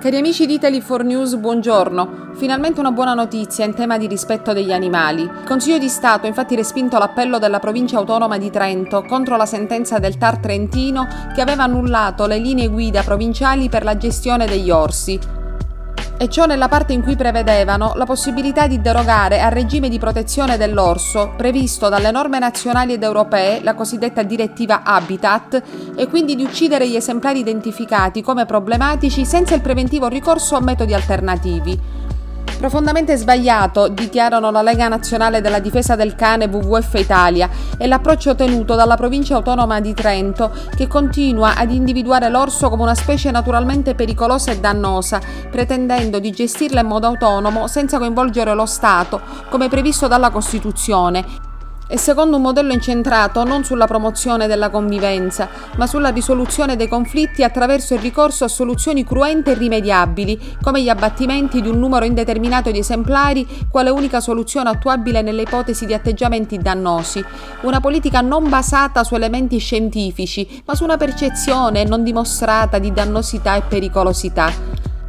Cari amici di Italy4News, buongiorno. Finalmente una buona notizia in tema di rispetto degli animali. Il Consiglio di Stato ha infatti respinto l'appello della Provincia Autonoma di Trento contro la sentenza del TAR Trentino che aveva annullato le linee guida provinciali per la gestione degli orsi. E ciò nella parte in cui prevedevano la possibilità di derogare al regime di protezione dell'orso previsto dalle norme nazionali ed europee, la cosiddetta direttiva Habitat, e quindi di uccidere gli esemplari identificati come problematici senza il preventivo ricorso a metodi alternativi. Profondamente sbagliato, dichiarano la Lega Nazionale della Difesa del Cane WWF Italia e l'approccio tenuto dalla Provincia Autonoma di Trento, che continua ad individuare l'orso come una specie naturalmente pericolosa e dannosa, pretendendo di gestirla in modo autonomo senza coinvolgere lo Stato, come previsto dalla Costituzione, e secondo un modello incentrato non sulla promozione della convivenza, ma sulla risoluzione dei conflitti attraverso il ricorso a soluzioni cruente e irrimediabili, come gli abbattimenti di un numero indeterminato di esemplari, quale unica soluzione attuabile nelle ipotesi di atteggiamenti dannosi. Una politica non basata su elementi scientifici, ma su una percezione non dimostrata di dannosità e pericolosità.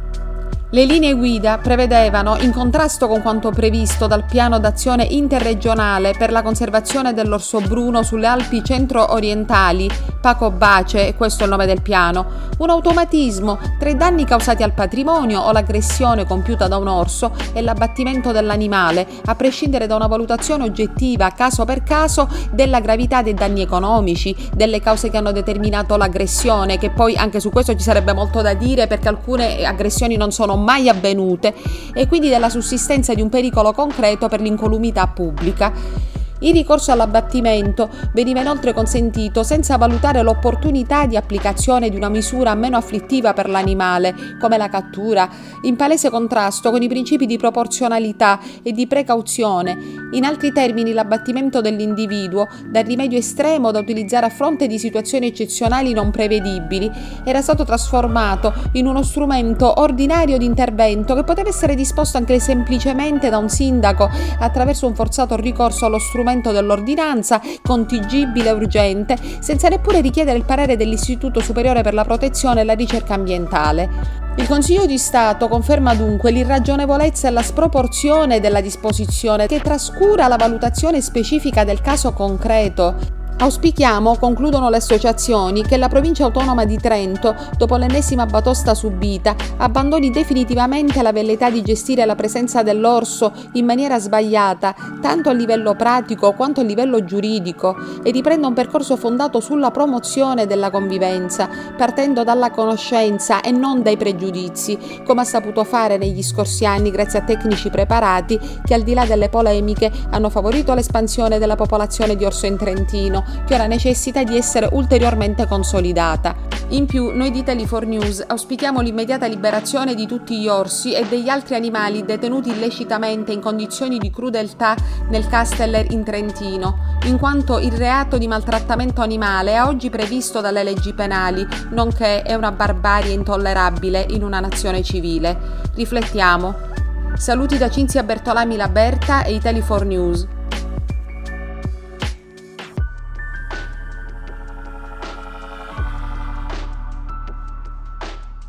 Le linee guida prevedevano, in contrasto con quanto previsto dal piano d'azione interregionale per la conservazione dell'orso bruno sulle Alpi centro-orientali, Paco-Bace, questo è il nome del piano, un automatismo tra i danni causati al patrimonio o l'aggressione compiuta da un orso e l'abbattimento dell'animale, a prescindere da una valutazione oggettiva, caso per caso, della gravità dei danni economici, delle cause che hanno determinato l'aggressione, che poi anche su questo ci sarebbe molto da dire perché alcune aggressioni non sono mai avvenute, e quindi della sussistenza di un pericolo concreto per l'incolumità pubblica. Il ricorso all'abbattimento veniva inoltre consentito senza valutare l'opportunità di applicazione di una misura meno afflittiva per l'animale, come la cattura, in palese contrasto con i principi di proporzionalità e di precauzione. In altri termini, l'abbattimento dell'individuo, dal rimedio estremo da utilizzare a fronte di situazioni eccezionali non prevedibili, era stato trasformato in uno strumento ordinario di intervento che poteva essere disposto anche semplicemente da un sindaco attraverso un forzato ricorso allo strumento dell'ordinanza contingibile e urgente, senza neppure richiedere il parere dell'Istituto Superiore per la Protezione e la Ricerca Ambientale. Il Consiglio di Stato conferma dunque l'irragionevolezza e la sproporzione della disposizione che trascura la valutazione specifica del caso concreto. Auspichiamo, concludono le associazioni, che la Provincia Autonoma di Trento, dopo l'ennesima batosta subita, abbandoni definitivamente la velleità di gestire la presenza dell'orso in maniera sbagliata, tanto a livello pratico quanto a livello giuridico, e riprenda un percorso fondato sulla promozione della convivenza, partendo dalla conoscenza e non dai pregiudizi, come ha saputo fare negli scorsi anni grazie a tecnici preparati che, al di là delle polemiche, hanno favorito l'espansione della popolazione di orso in Trentino, che ora necessita di essere ulteriormente consolidata. In più, noi di Italy4News auspichiamo l'immediata liberazione di tutti gli orsi e degli altri animali detenuti illecitamente in condizioni di crudeltà nel Casteller in Trentino, in quanto il reato di maltrattamento animale è oggi previsto dalle leggi penali, nonché è una barbarie intollerabile in una nazione civile. Riflettiamo. Saluti da Cinzia Bertolami Laberta e Italy4News.